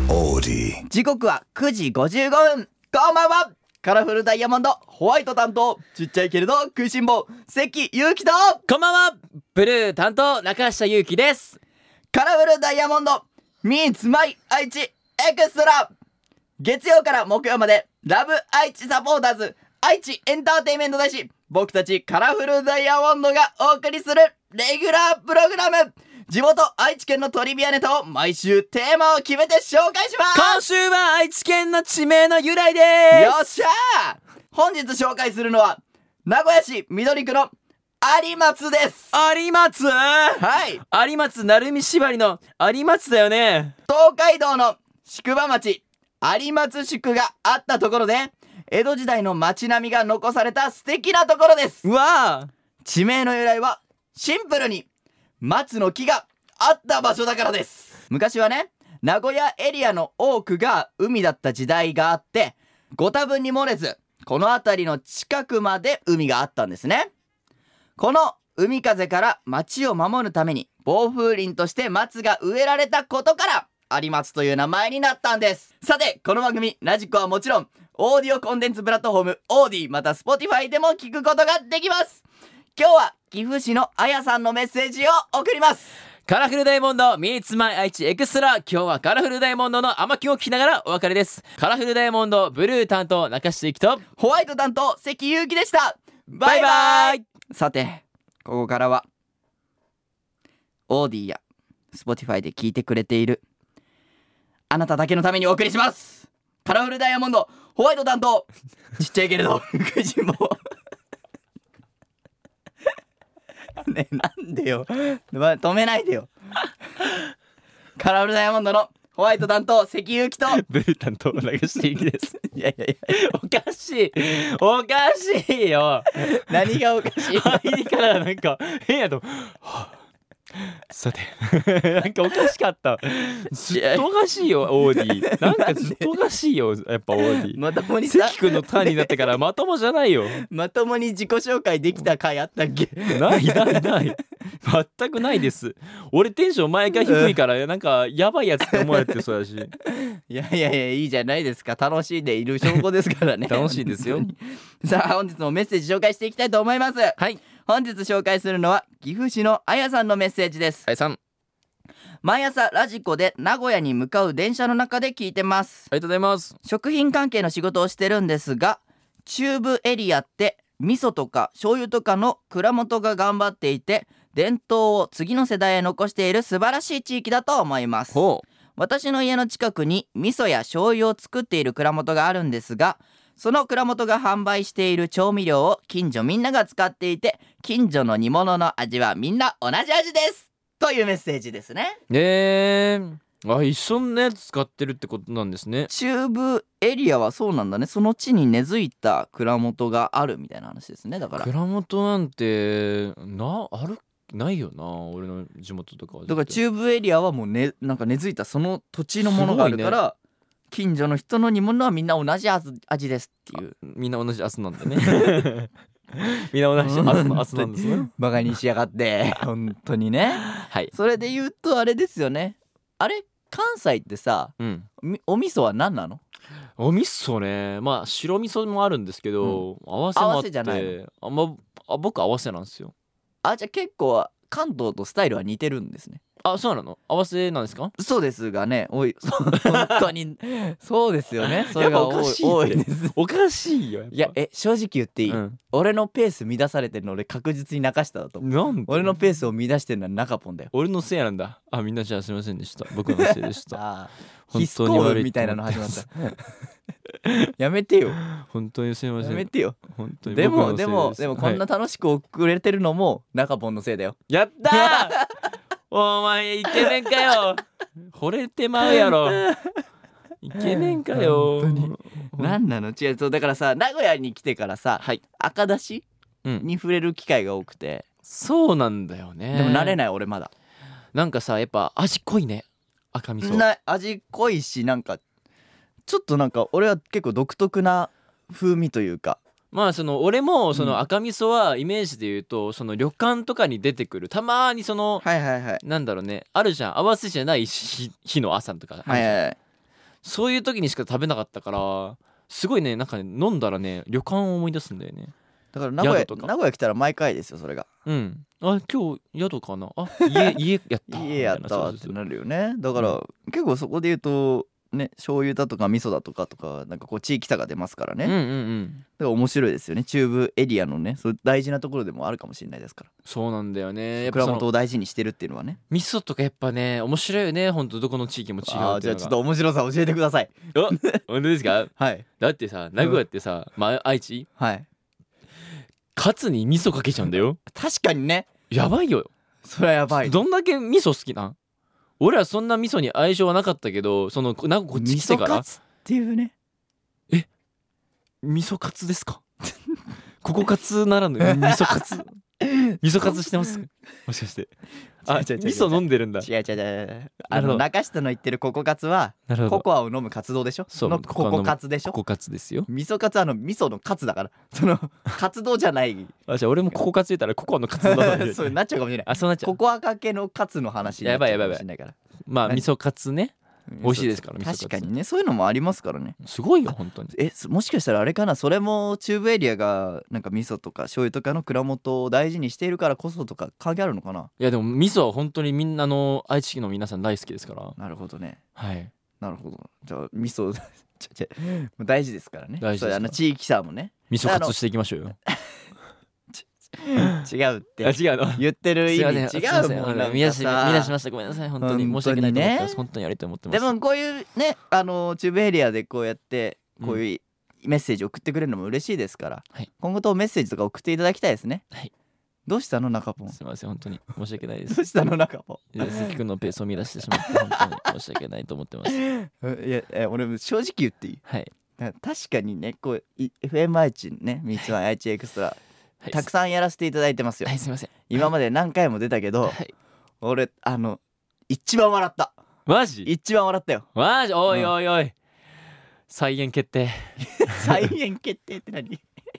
時刻は9時55分。こんばんは。カラフルダイヤモンドホワイト担当、ちっちゃいけれど食いしん坊関ゆうきと、 こんばんは。ブルー担当中下ゆうきです。 カラフルダイヤモンド Meets My 愛知エクストラ。月曜から木曜までラブ愛知サポーターズ愛知エンターテイメント大使、僕たちカラフルダイヤモンドがお送りするレギュラープログラム。地元愛知県のトリビアネタを毎週テーマを決めて紹介します。 今週は愛知県の地名の由来です。 よっしゃー。本日紹介するのは名古屋市緑区の有松です。 有松、 はい、 有松鳴海縛りの有松だよね。 東海道の宿場町有松宿があったところで、江戸時代の町並みが残された素敵なところです。 うわー、 地名の由来はシンプルに松の木があった場所だからです。昔はね、名古屋エリアの多くが海だった時代があって、ご多分に漏れずこの辺りの近くまで海があったんですね。この海風から町を守るために防風林として松が植えられたことから有松という名前になったんです。さて、この番組ラジコはもちろんオーディオコンテンツプラットフォームオーディまた Spotify でも聞くことができます。今日は岐阜市のあやさんのメッセージを送ります。 カラフルダイヤモンド Meets My 愛知エクストラ。今日はカラフルダイヤモンドの甘きを聞きながらお別れです。カラフルダイヤモンドブルー担当中下ゆきとホワイト担当関ゆうきでした。 バイバイ。 さて、ここからはオーディや Spotify で聞いてくれているあなただけのためにお送りします。カラフルダイヤモンドホワイト担当ちっちゃいけれど食いしん坊ねえ、なんでよ、止めないでよ。カラフルダイヤモンドのホワイト担当関ゆうきとブルー担当中下ゆきです。 いやいやいおかしいおかしいよ。 や、何がおかしい入りからなんか変やと、はあ、さてなんかおかしかった。ずっとおかしいよオーディ。なんかずっとおかしいよやっぱオーディ。 まともにさ、 関君のターンになってからまともじゃないよ。 まともに自己紹介できた回あったっけ？ ない全くないです。俺テンション毎回低いからなんかやばいやつって思われてそうだしいやいやいや、いいじゃないですか。楽しんでいる証拠ですからね。 楽しいですよ。 さあ、本日もメッセージ紹介していきたいと思います。 はい、 本日紹介するのは岐阜市のあやさんのメッセージです。 あやさん、 毎朝ラジコで名古屋に向かう電車の中で聞いてます。 ありがとうございます。 食品関係の仕事をしてるんですが、中部エリアって味噌とか醤油とかの蔵元が頑張っていて、伝統を次の世代へ残している素晴らしい地域だと思います。 ほう。 私の家の近くに味噌や醤油を作っている蔵元があるんですが、その蔵元が販売している調味料を近所みんなが使っていて、近所の煮物の味はみんな同じ味ですというメッセージですね。 一緒のやつ使ってるってことなんですね。 中部エリアはそうなんだね。その地に根付いた蔵元があるみたいな話ですね。だから蔵元なんてないよな、俺の地元とかは。 だから中部エリアはもうね、なんか根付いたその土地のものがあるから、近所の人の煮物はみんな同じ味ですっていう。 みんな同じ味なんだねみんな同じ味なんですね。 バカにしやがって本当にね。 はい、 それで言うとあれですよね。あれ関西ってさ、お味噌は何なの？ お味噌ね、まあ白味噌もあるんですけど、合わせもあって、 合わせじゃないの？ 僕合わせなんですよ。 あ、じゃあ結構関東とスタイルは似てるんですね。 あ、そうなの？合わせなんですか？ そうですがね、本当にそうですよね。それが多いです。 おかしいよやっぱ。 いや、正直言っていい、俺のペース乱されてるの俺確実に中下だと思う。 なんで？ 俺のペースを乱してるのは中ポンだよ。 俺のせいなんだ。あ、みんなじゃあすいませんでした。僕のせいでしたあ、 本当に悪いみたいなの始まったやめてよ、 本当にすいません。 やめてよ。 本当にでも僕のせいです。 でもこんな楽しく送れてるのも中ポンのせいだよ。 やったーお前イケメンかよ惚れてまうやろイケメンかよ。 本当に何なの？違う、そうだからさ、名古屋に来てからさ、 はい、 赤だしに触れる機会が多くて、 そうなんだよね。 でも慣れない俺まだ。 なんかさ、やっぱ味濃いね、赤味噌。 味濃いし、なんかちょっとなんか俺は結構独特な風味というか、 まあ俺もその赤味噌はイメージで言うと、その旅館とかに出てくるたまになんだろうね、あるじゃん、合わせじゃない日の朝とか、 はいはいはい、 そういう時にしか食べなかったからすごいねなんかね飲んだらね旅館を思い出すんだよね。 だから名古宿とか屋来たら毎回ですよそれが。 うんあ今日宿かなあ家やった家やったわってなるよね。だから結構そこで言うとね醤油だとか味噌だとかなんかこう地域差が出ますからね。 うんうんうんだから面白いですよね。中部エリアのねそう大事なところでもあるかもしれないですから。 そうなんだよね。やっぱ蔵その元を大事にしてるっていうのはね。 味噌とかやっぱね面白いよね。ほんとどこの地域も違うっていうのが。 じゃあちょっと面白さ教えてください。 お本当ですかはいだってさ名古屋ってさ、まあ、愛知はいカツに味噌かけちゃうんだよ。 確かにね。 やばいよ。 それはやばい。 どんだけ味噌好きなん俺らそんな味噌に相性はなかったけどそのなんかこっち来てから味噌カツっていうね。 味噌カツですかここカツならぬ味噌カツ味噌カツしてますもしかしてあ味違う違う違う噌飲んでるんだ。 違う違う違う。 なるほど中下の言ってるココカツはなるほどココアを飲む活動でしょ。 そうのココカツでしょ。 ココカツですよ。 味噌カツは味噌のカツだからその活動じゃないあじゃあ俺もココカツ言ったらココアのカツだったそうなっちゃうかもしれない。 あそうなっちゃうココアかけのカツの話になっちゃうかもしれないから。 まあ味噌カツね美味しいですから味噌カツ確かにねそういうのもありますからね。 すごいよ本当に。 もしかしたらあれかな。それも中部エリアがなんか味噌とか醤油とかの蔵元を大事にしているからこそとか関係あるのかな。 いやでも味噌は本当にみんなの愛知県の皆さん大好きですから。 なるほどね。 はいなるほど。じゃあ味噌大事ですからね。 大事ですからそう地域差もね。 味噌カツしていきましょうよ。 違うってあ違うの言ってる意味違すいませんうもんなん見出しかさ。 ましたごめんなさい本当に申し訳ないと思ってます。本当にやりたいと思ってま。 ですもこういうね中部エリアでこうやってこういうメッセージ送ってくれるのも嬉しいですから、 はい今後ともメッセージとか送っていただきたいですね。 はいどうしたの中ポン。 すみません本当に申し訳ないですどうしたの中ポいや関君のペースを乱してしまって本当に申し訳ないと思ってます。 ン。いや俺も正直言っていい。 はい確かにねこうFM 愛知ね三つ愛知エクストラはいたくさんやらせていただいてますよ。 はいすみません今まで何回も出たけど、 はい俺一番笑った。 マジ一番笑ったよ。 マジおいおいおい再演決定再演決定って何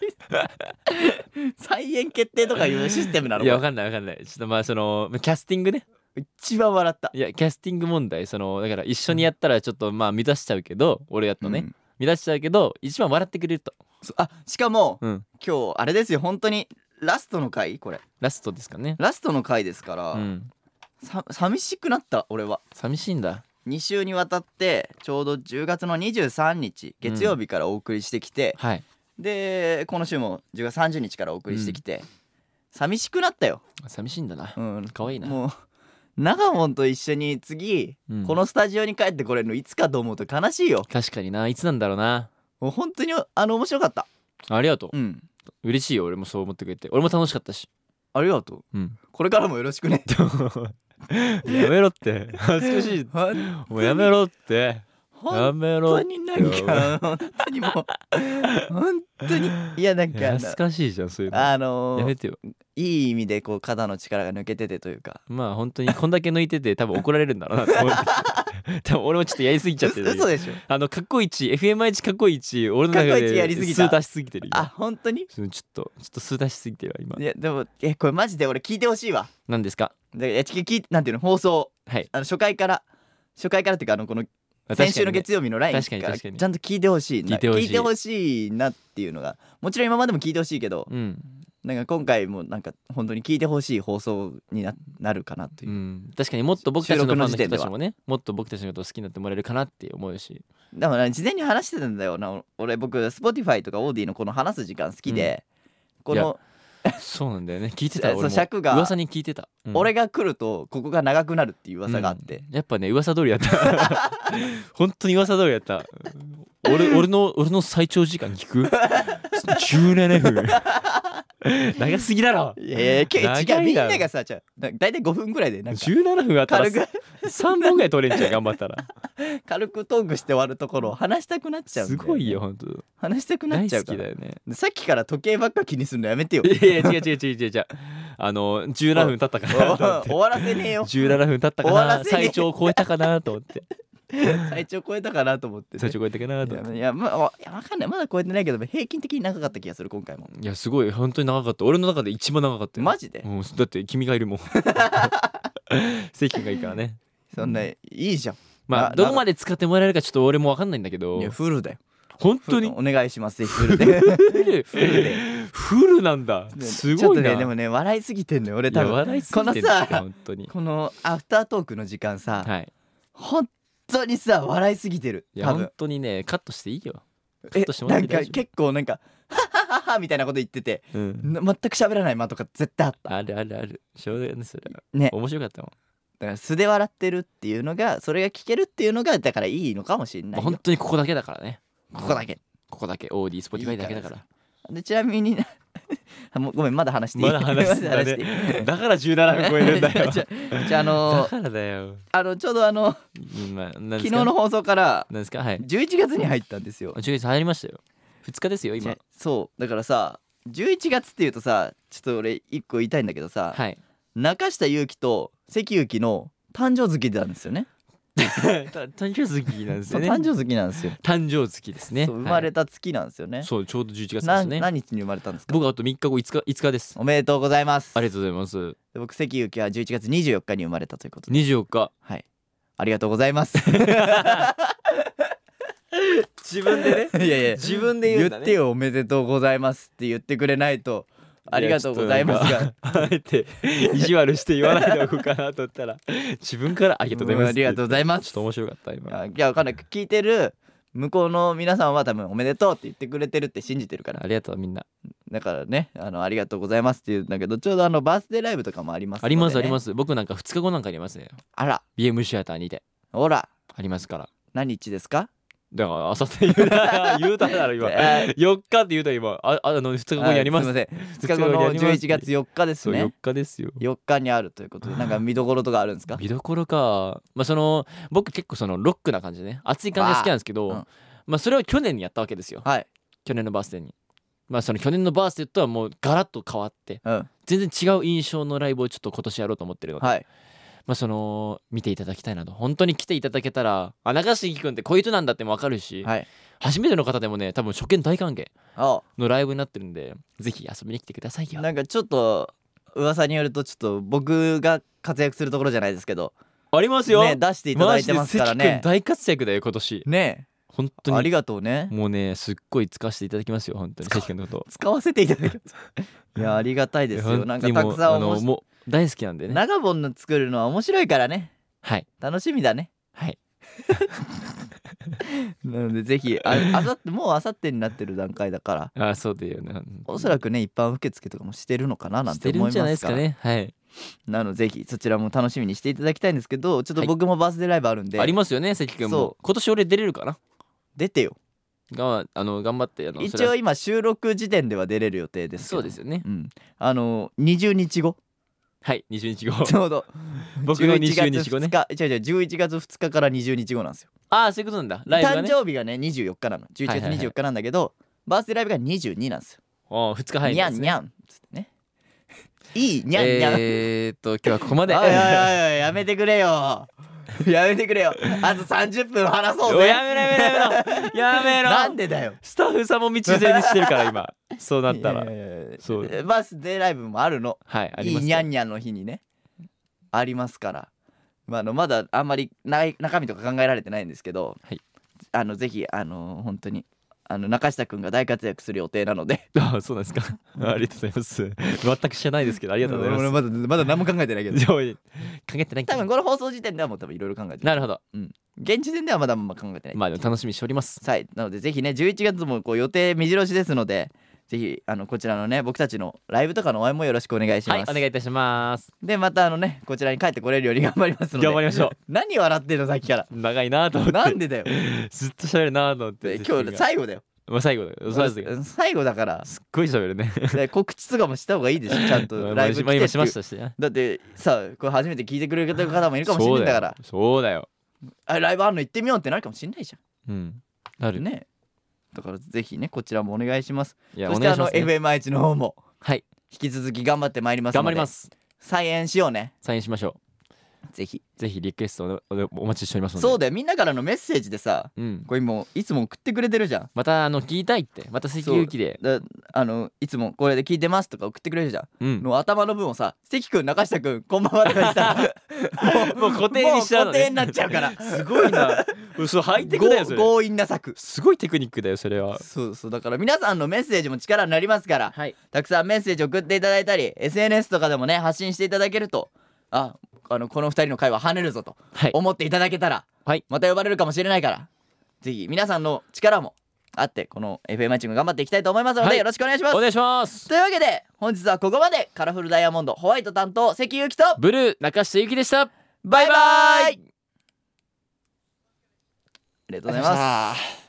再演決定とかいうシステムなの。 いやわこれかんないわかんないちょっとまあそのキャスティングね一番笑った。 いやキャスティング問題そのだから一緒にやったらちょっとまあ乱しちゃうけど俺やっとね、 うん乱しちゃうけど一番笑ってくれるとしかも、 うん今日あれですよ本当にラストの回これラストですかね。 ラストの回ですから、 うん寂しくなった俺は。 寂しいんだ。 2週にわたってちょうど10月の23日月曜日からお送りしてきて、 はいでこの週も10月30日からお送りしてきて、寂しくなったよ。 寂しいんだな。 かわいいな。 もう長門と一緒に次、 うんこのスタジオに帰ってこれるのいつかと思うと悲しいよ。 確かにないつなんだろうな。 もう本当に面白かった。 ありがとう。 うん嬉しいよ俺もそう思ってくれて。俺も楽しかったし。 ありがとう。 うん。 これからもよろしくね。 やめろって恥ずかしい。 ほんもうやめろって。や本めろって。 当になんか本当にもう本当にいやなんか恥ずかしいじゃんそういうの。やめてよ。 いい意味でこう肩の力が抜けててというか。 まあ本当にこんだけ抜いてて多分怒られるんだろうなと思って多分俺もちょっとやりすぎちゃってる。 嘘でしょ。 過去一 FM1 過去一俺の中過去一やりすでぎた数出しすぎてる今。 本当に。 ちょっと数出しすぎてるわ今い。やでもこれマジで俺聞いてほしいわ。 何ですか。 でなんていうの放送はい。 初回からっていうかこの先週の月曜日のラインからちゃんと確かに聞いてほしいな。 聞いてほしい聞いてほしいなっていうのがもちろん今までも聞いてほしいけど、 うん。 なんか今回もなんか本当に聞いてほしい放送になるかなというう、 ん、確かにもっと僕たちのファンの収録の時点では人たちもねもっと僕たちのことを好きになってもらえるかなって思うし。 だから事前に話してたんだよな。僕 Spotify とか Audi のこの話す時間好きで、このそうなんだよね聞いてたそう俺も尺が噂に聞いてた、うん俺が来るとここが長くなるっていう噂があって、 やっぱね噂通りやった本当に噂通りやった俺の最長時間聞く17分長すぎだろ。 いやいや長いだろ違うみんながさだいたい5分ぐらいでなんか 17分あったら軽く 3本ぐらい取れんじゃん頑張ったら軽くトークして終わるところを話したくなっちゃうんだよね。 すごいよ本当話したくなっ大ちゃうから好きだよね。 でさっきから時計ばっか気にするのやめてよ。 いやいや違う17分経ったかなと思って終わらせねえよ。 17分経ったかな終わらせねえ最長超えたかなと思って最長超えたかなと思ってね、 最長超えたかなと思っていやわかんないまだ超えてないけど平均的に長かった気がする今回も。 いやすごい本当に長かった俺の中で一番長かったよマジで、 うん、だって君がいるもん関君がいいからね。 そんないいじゃん。 まあどこまで使ってもらえるかちょっと俺も分かんないんだけどいやフルだよ。 本当にお願いしますぜひフルでフルなんだすごいな。 ちょっとねでもね笑いすぎてんのよ俺いや多分。 笑いすぎてんってこのさ本当に。 このアフタートークの時間さ、 はい本当にさ笑いすぎてるいや本多分。 当にねカットしていいよ。カットしてもらなんかって大丈夫。 結構なんかハハハハみたいなこと言っててうん全く喋らない間とか絶対あったあるあるあるしょうがないねそれはね。 面白かったもん。 だから素で笑ってるっていうのがそれが聞けるっていうのがだからいいのかもしれないよ。 本当にここだけだからね。 ここだけここだけオーディスポティファイだけだから。 でちなみにもうごめんまだ話していいまだ話すんだまだ話していいね。だから17分超えるんだよ。 じゃだからだよ。 ちょうどうんまあ何ですか昨日の放送から何ですかはい。 11月に入ったんですよ。 10月入りましたよ。2日ですよ今。 そうだからさ11月っていうとさちょっと俺一個言いたいんだけどさ、 はい。 中下ゆうきと関ゆうきの誕生月なんですよね。 誕生月なんですよね。 そう誕生月なんですよ。 誕生月ですね。 そう生まれはいた月なんですよね。 そうちょうど11月でなすね。 何日に生まれたんですか？ 僕あと3日後5日です。 おめでとうございます。 ありがとうございます。 で僕関ゆうきは11月24日に生まれたということで、 24日。 はいありがとうございます自分でね。 いやいや自分で言うんだね。 言ってよおめでとうございますって言ってくれないとありがとうございますがいやちょっとなんかあえて意地悪して言わないでおくかなと思ったら自分からありがとうございますありがとうございます。 ちょっと面白かった今。 いやわかんない聞いてる向こうの皆さんは多分おめでとうって言ってくれてるって信じてるからありがとうみんな。 だからねありがとうございますって言うんだけどちょうどバースデーライブとかもありますので、ね、 ありますあります僕なんか2日後なんかありますね。 あら BM シアターにてほらありますから何日ですか？ だからあさって言うた言うただろ今4日って言うた今2日後にやります。 すいません2日後の11月4日ですそう4 ね。 日ですよ。 4日にあるということでなんか見どころとかあるんですか？ 見どころかまあ僕結構ロックな感じでね熱い感じが好きなんですけど、 うんまあそれを去年にやったわけですよ。 はい去年のバースデーに。まあ去年のバースデーとはもうガラッと変わってうん全然違う印象のライブをちょっと今年やろうと思ってるので、 はいまあ見ていただきたいなと。本当に来ていただけたら中椎くんってこういう人なんだっても分かるし、 はい初めての方でもね多分初見大歓迎あのライブになってるんでぜひ遊びに来てくださいよ。 なんかちょっと噂によるとちょっと僕が活躍するところじゃないですけどありますよ、 ね出していただいてますからマジで関くんね。 大活躍だよ今年。 ね本当にありがとうね。 もうねすっごい使わせていただきますよ本当に関くんのこと。 使わせていただきますいやありがたいですよ。なんかたくさんもう大好きなんでね。 長本の作るのは面白いからねはい楽しみだね。 はいなのでぜひあさってもうあさってになってる段階だからそうだよね。 おそらくね一般受付とかもしてるのかななんしててるんじゃない思いまかですすからね。はいなのでぜひそちらも楽しみにしていただきたいんですけどちょっと僕もバースデーライブあるんで、 ありますよね関くんそも。今年俺出れるかな。 出てよ。 頑張って一応今収録時点では出れる予定ですけどそうですよね。 うん20日後はい20日後ちょうど僕の 11 20日後ね。 違う11月2日から20日後なんですよ。 そういうことなんだ。ライブが誕ね。 生日がね24日なの11月24日なんだけど、バースデーライブが22なんですよ。 2日入るんにゃですね。 んにゃんつってねいいにゃんにゃん、 今日はここまで。 おいおいおいおいやめてくれよやめてくれよあと30分話そうぜ。 やめろやめろなんでだよ。 スタッフさんも道連れにしてるから今そうなったら。 いやいやいやそうバースデーライブもあるの。 はいありますいいにゃんにゃんの日にねありますから、まだあんまり中身とか考えられてないんですけど、 はい、 ぜひ本当に中下くんが大活躍する予定なのでそうなんですかありがとうございます全く知らないですけどありがとうございます。 俺まだ何も考えてないけどかけてない多分この放送時点ではもう多分いろいろ考えてる。 なるほど。 現時点ではまだ考えてない。 まあでも楽しみにしております。 はいなのでぜひね11月もこう予定目白押しですのでぜひこちらのね僕たちのライブとかの応援もよろしくお願いします。 はいお願いいたします。 でまたこちらに帰ってこれるように頑張りますので頑張りましょう。 何笑ってんのさっきから長いなと思ってなんでだよずっと喋るなと思って今日最後だよ。 まあ最後だよ。そうですよ。 最後だからすっごい喋るねで告知とかもした方がいいでしょちゃんとライブ来てっていう今しましたしね。 だってさこれ初めて聞いてくれる方もいるかもしれないんだからそうだよ。 ライブあんの行ってみようってなるかもしれないじなるゃんね。だからぜひねこちらもお願いします。 いやそしてお願いしますね。 FM 愛知の方もはい引き続き頑張ってまいりますので頑張ります。 再演しようね。 サインしましょぜひぜひリクエストお待ちしておりますので。 そうだよ、みんなからのメッセージでさ、これもういつも送ってくれてるじゃん。 また聞きたいって、また関ゆきでいつもこれで聞いてますとか送ってくれるじゃん、 のの頭の分をさ、関くん中下くんこんばんはとかにさもう固定にしちゃうのね。 もう固定になっちゃうからすごいな。そうハイテクだよそれ。 強引な策。 すごいテクニックだよそれは。 そうだから皆さんのメッセージも力になりますから、 はい、 たくさんメッセージ送っていただいたり SNS とかでもね発信していただけると、この2人の会話跳ねるぞと思っていただけたら、 はい、 また呼ばれるかもしれないから、ぜひ皆さんの力もあってこの FM マッチング頑張っていきたいと思いますので、よろしくお願いします。 お願いします。 というわけで本日はここまで。カラフルダイヤモンドホワイト担当関ゆきとブルー中下ゆきでした。 バイバイ。ありがとうございます。